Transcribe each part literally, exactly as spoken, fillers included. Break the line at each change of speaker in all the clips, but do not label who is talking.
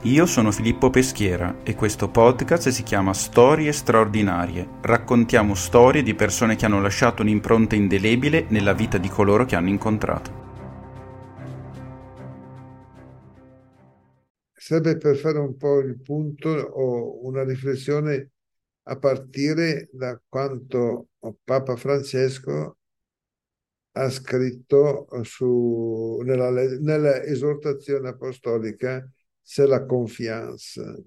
Io sono Filippo Peschiera e questo podcast si chiama Storie straordinarie. Raccontiamo storie di persone che hanno lasciato un'impronta indelebile nella vita di coloro che hanno incontrato.
Serve per fare un po' il punto o una riflessione a partire da quanto Papa Francesco ha scritto su, nella, le- nella esortazione apostolica, c'è la confiance.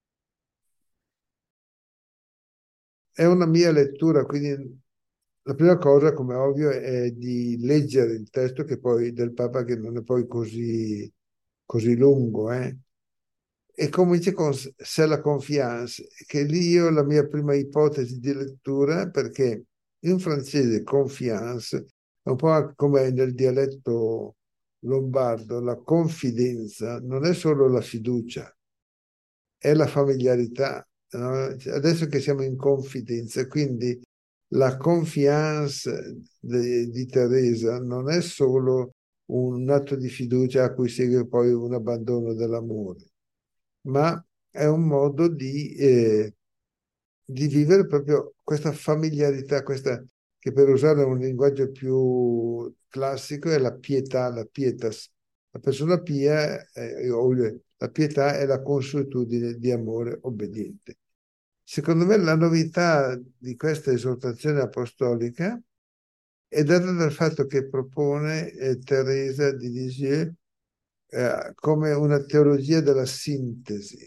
È una mia lettura, quindi la prima cosa, come ovvio, è di leggere il testo che poi, del Papa, che non è poi così, così lungo, eh. E comincia con Se la confiance, che lì io ho la mia prima ipotesi di lettura, perché in francese confiance è un po' come nel dialetto lombardo, la confidenza non è solo la fiducia, è la familiarità, no? Adesso che siamo in confidenza, quindi la confiance de- di Teresa non è solo un atto di fiducia a cui segue poi un abbandono dell'amore, ma è un modo di, eh, di vivere proprio questa familiarità, questa che, per usare un linguaggio più classico, è la pietà, la pietas. La persona pia, eh, o le- la pietà è la consuetudine di amore obbediente. Secondo me la novità di questa esortazione apostolica è data dal fatto che propone eh, Teresa di Lisieux eh, come una teologia della sintesi.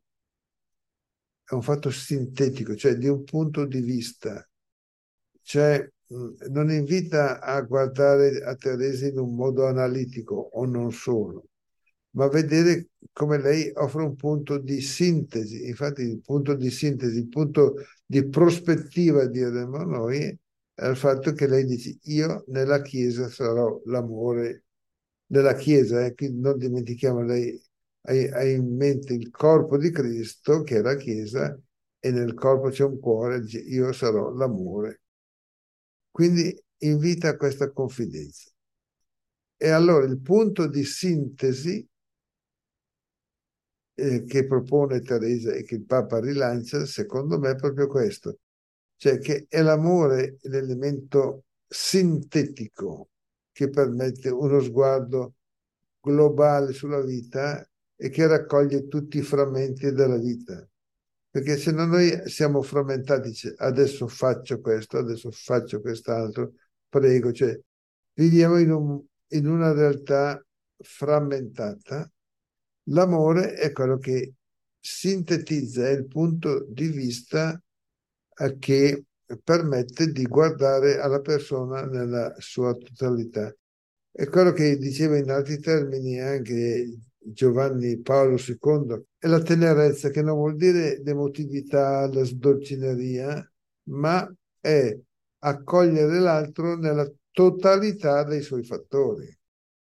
È un fatto sintetico, cioè di un punto di vista, cioè mh, non invita a guardare a Teresa in un modo analitico o non solo, ma a vedere come lei offre un punto di sintesi. Infatti il punto di sintesi, il punto di prospettiva, diremmo noi, è il fatto che lei dice: io nella Chiesa sarò l'amore della Chiesa, eh, quindi non dimentichiamo, lei ha, ha in mente il corpo di Cristo, che è la Chiesa, e nel corpo c'è un cuore, dice, io sarò l'amore. Quindi invita a questa confidenza. E allora il punto di sintesi eh, che propone Teresa e che il Papa rilancia, secondo me, è proprio questo, cioè che è l'amore l'elemento sintetico che permette uno sguardo globale sulla vita e che raccoglie tutti i frammenti della vita. Perché se no noi siamo frammentati, cioè, adesso faccio questo, adesso faccio quest'altro, prego, cioè viviamo in, un- in una realtà frammentata. L'amore è quello che sintetizza, è il punto di vista eh, che permette di guardare alla persona nella sua totalità. È quello che diceva in altri termini anche Giovanni Paolo secondo, è la tenerezza, che non vuol dire l'emotività, la sdolcineria, ma è accogliere l'altro nella totalità dei suoi fattori.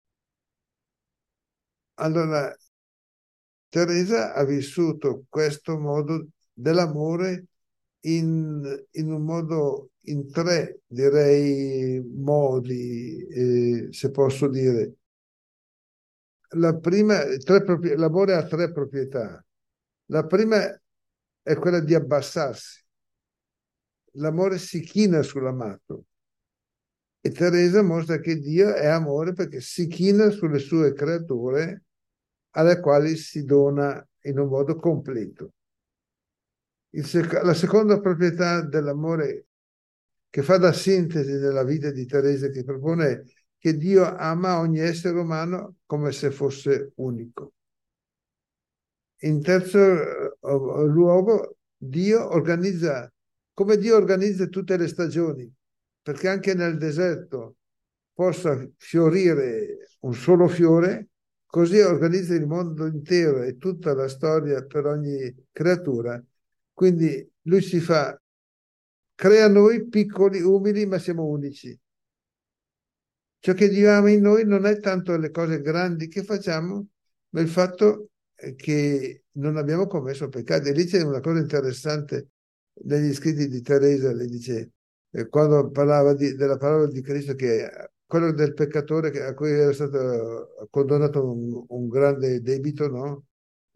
Allora, Teresa ha vissuto questo modo dell'amore in, in un modo, in tre, direi, modi, eh, se posso dire. La prima, tre proprie- l'amore ha tre proprietà. La prima è quella di abbassarsi. L'amore si china sull'amato. E Teresa mostra che Dio è amore perché si china sulle sue creature alle quali si dona in un modo completo. Il sec- la seconda proprietà dell'amore che fa da sintesi nella vita di Teresa, che propone, è che Dio ama ogni essere umano come se fosse unico. In terzo eh, luogo, Dio organizza, come Dio organizza tutte le stagioni, perché anche nel deserto possa fiorire un solo fiore, così organizza il mondo intero e tutta la storia per ogni creatura. Quindi lui si fa, crea noi piccoli, umili, ma siamo unici. Ciò che Dio ama in noi non è tanto le cose grandi che facciamo, ma il fatto eh, che non abbiamo commesso peccati. E lì c'è una cosa interessante negli scritti di Teresa, le dice, eh, quando parlava di- della parola di Cristo, che eh, quello del peccatore che- a cui era stato condonato un, un grande debito, no?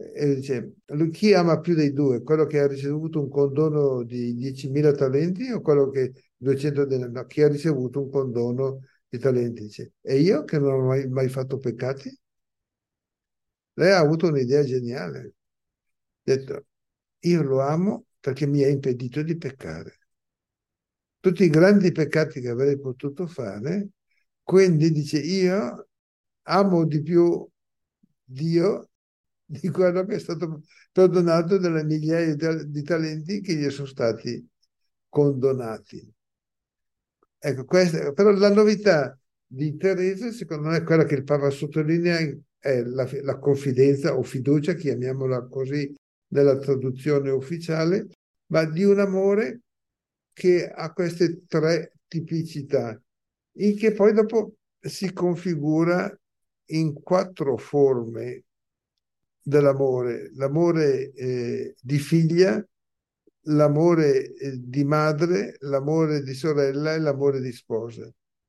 E dice, lui, chi ama più dei due? Quello che ha ricevuto un condono di diecimila talenti o quello che duecento denari? No, chi ha ricevuto un condono di talenti? Dice, e io che non ho mai, mai fatto peccati? Lei ha avuto un'idea geniale. Ha detto, io lo amo perché mi ha impedito di peccare. Tutti i grandi peccati che avrei potuto fare, quindi dice, io amo di più Dio di quello che è stato perdonato dalle migliaia di, di talenti che gli sono stati condonati. Ecco, questa, però la novità di Teresa, secondo me, è quella che il Papa sottolinea, è la, la confidenza o fiducia, chiamiamola così, nella traduzione ufficiale, ma di un amore che ha queste tre tipicità, in che poi dopo si configura in quattro forme dell'amore: l'amore eh, di figlia, l'amore eh, di madre, l'amore di sorella e l'amore di sposa.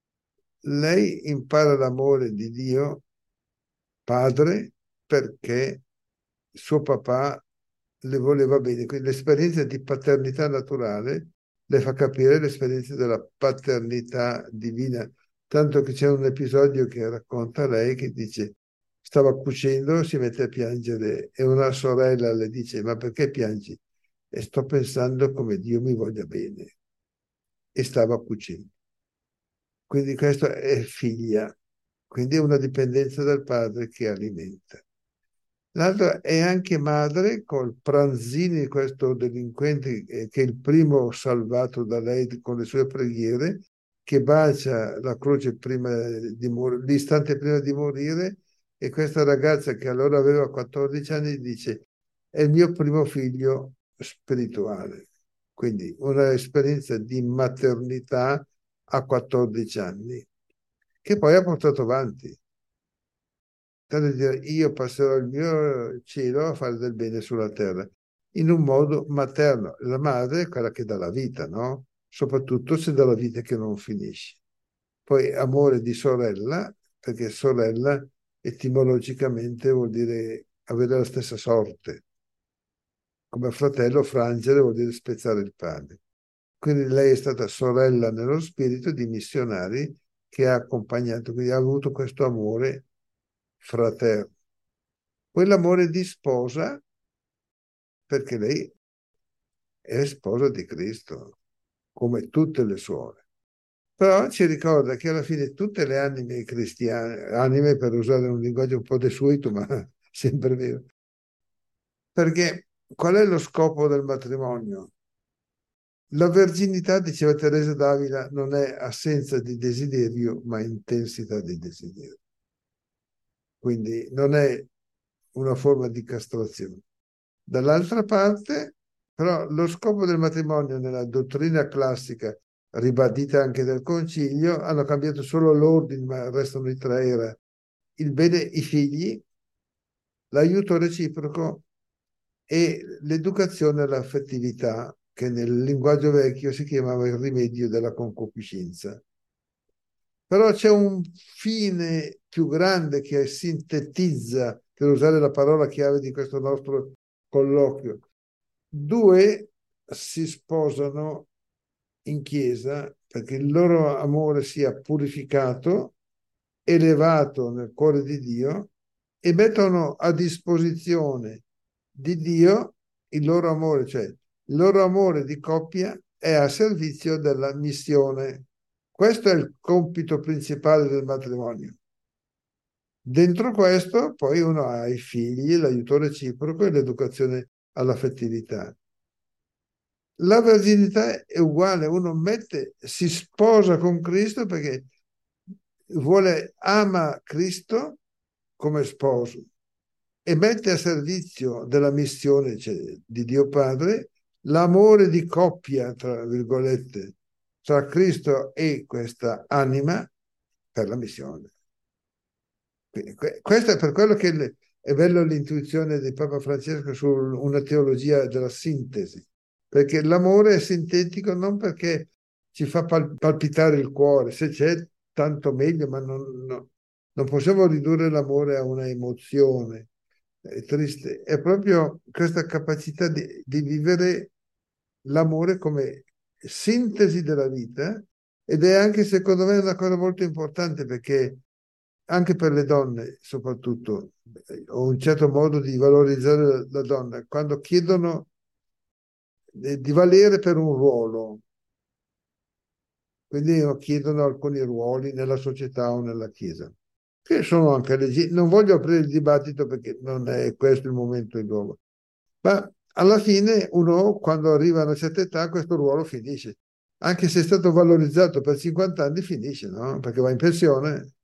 Lei impara l'amore di Dio padre perché suo papà le voleva bene, quindi l'esperienza di paternità naturale le fa capire l'esperienza della paternità divina, tanto che c'è un episodio che racconta lei che dice stava cucendo, si mette a piangere e una sorella le dice ma perché piangi? E sto pensando come Dio mi voglia bene, e stava cucendo. Quindi questo è figlia, quindi è una dipendenza dal padre che alimenta. L'altra è anche madre col Pranzini, questo delinquente eh, che è il primo salvato da lei con le sue preghiere, che bacia la croce prima di mor- l'istante prima di morire, e questa ragazza che allora aveva quattordici anni dice è il mio primo figlio spirituale. Quindi una esperienza di maternità a quattordici anni, che poi ha portato avanti. Tanto di dire, io passerò il mio cielo a fare del bene sulla terra, in un modo materno. La madre è quella che dà la vita, no? Soprattutto se dà la vita che non finisce. Poi amore di sorella, perché sorella etimologicamente vuol dire avere la stessa sorte. Come fratello, frangere vuol dire spezzare il pane. Quindi lei è stata sorella nello spirito di missionari che ha accompagnato, quindi ha avuto questo amore fraterno. Poi l'amore di sposa, perché lei è sposa di Cristo, come tutte le suore. Però ci ricorda che alla fine tutte le anime cristiane, anime per usare un linguaggio un po' desueto, ma sempre vero, perché qual è lo scopo del matrimonio? La verginità, diceva Teresa d'Avila, non è assenza di desiderio, ma intensità di desiderio. Quindi non è una forma di castrazione. Dall'altra parte, però, lo scopo del matrimonio nella dottrina classica, ribadita anche dal Concilio, hanno cambiato solo l'ordine, ma restano i tre, era il bene, i figli, l'aiuto reciproco e l'educazione all'affettività, che nel linguaggio vecchio si chiamava il rimedio della concupiscenza. Però c'è un fine più grande che sintetizza, per usare la parola chiave di questo nostro colloquio. Due si sposano in chiesa perché il loro amore sia purificato, elevato nel cuore di Dio, e mettono a disposizione di Dio il loro amore, cioè il loro amore di coppia è a servizio della missione. Questo è il compito principale del matrimonio. Dentro questo poi uno ha i figli, l'aiuto reciproco e l'educazione all'affettività. La verginità è uguale, uno mette, si sposa con Cristo perché vuole, ama Cristo come sposo e mette a servizio della missione, cioè, di Dio Padre, l'amore di coppia, tra virgolette, tra Cristo e questa anima per la missione. Quindi, questo è per quello che è bello l'intuizione di Papa Francesco su una teologia della sintesi, perché l'amore è sintetico non perché ci fa pal- palpitare il cuore, se c'è tanto meglio, ma non, no- non possiamo ridurre l'amore a una emozione. è triste, è proprio questa capacità di, di vivere l'amore come sintesi della vita, ed è anche secondo me una cosa molto importante, perché anche per le donne soprattutto, ho un certo modo di valorizzare la, la donna, quando chiedono eh, di valere per un ruolo, quindi chiedono alcuni ruoli nella società o nella Chiesa, che sono anche legittimi. Non voglio aprire il dibattito perché non è questo il momento e il luogo, ma alla fine uno, quando arriva a una certa età, questo ruolo finisce. Anche se è stato valorizzato per cinquanta anni, finisce, no? Perché va in pensione.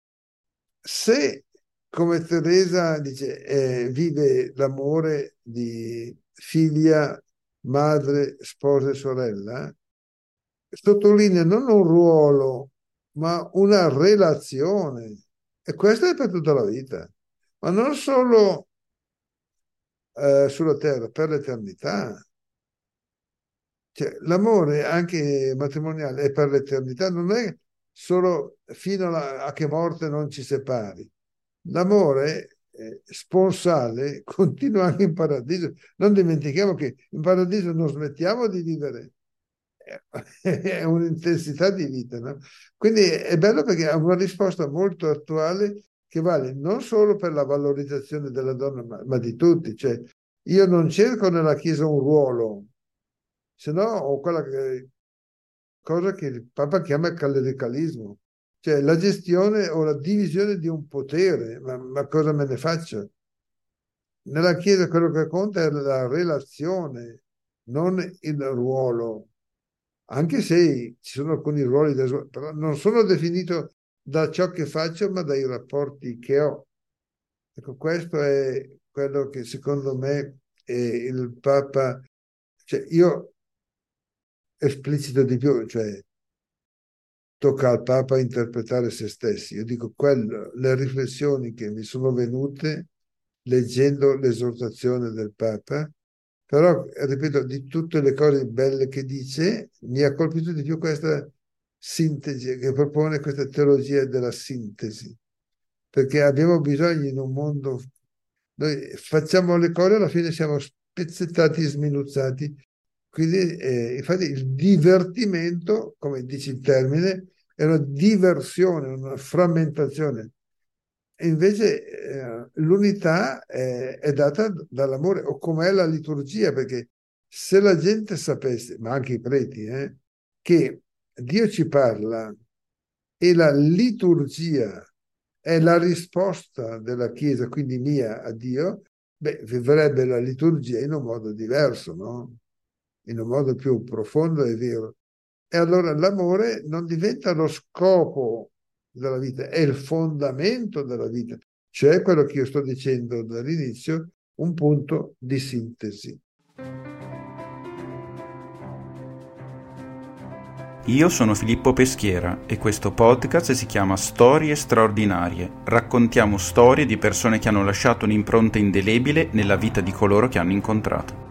Se, come Teresa dice, eh, vive l'amore di figlia, madre, sposa e sorella, sottolinea non un ruolo, ma una relazione. E questo è per tutta la vita, ma non solo eh, sulla terra, per l'eternità. Cioè, l'amore anche matrimoniale è per l'eternità, non è solo fino alla, a che morte non ci separi. L'amore eh, sponsale continua anche in paradiso. Non dimentichiamo che in paradiso non smettiamo di vivere, è un'intensità di vita, no? Quindi è bello perché ha una risposta molto attuale che vale non solo per la valorizzazione della donna, ma, ma di tutti. Cioè, io non cerco nella Chiesa un ruolo, se no ho quella che- cosa che il Papa chiama clericalismo, cioè la gestione o la divisione di un potere, ma, ma cosa me ne faccio? Nella Chiesa quello che conta è la relazione, non il ruolo, anche se ci sono alcuni ruoli, da svol- però non sono definito da ciò che faccio, ma dai rapporti che ho. Ecco, questo è quello che secondo me eh, il Papa, cioè io esplicito di più, cioè tocca al Papa interpretare se stessi. Io dico quello, le riflessioni che mi sono venute leggendo l'esortazione del Papa, però, ripeto, di tutte le cose belle che dice, mi ha colpito di più questa sintesi, che propone questa teologia della sintesi, perché abbiamo bisogno in un mondo, noi facciamo le cose, alla fine siamo spezzettati, sminuzzati, quindi eh, infatti il divertimento, come dice il termine, è una diversione, una frammentazione. E invece eh, l'unità è, è data dall'amore, o com'è la liturgia, perché se la gente sapesse, ma anche i preti, eh, che Dio ci parla e la liturgia è la risposta della Chiesa, quindi mia, a Dio, beh, vivrebbe la liturgia in un modo diverso, no? In un modo più profondo e vero. E allora l'amore non diventa lo scopo della vita, è il fondamento della vita, cioè quello che io sto dicendo dall'inizio, un punto di sintesi.
Io sono Filippo Peschiera e questo podcast si chiama Storie straordinarie. Raccontiamo storie di persone che hanno lasciato un'impronta indelebile nella vita di coloro che hanno incontrato.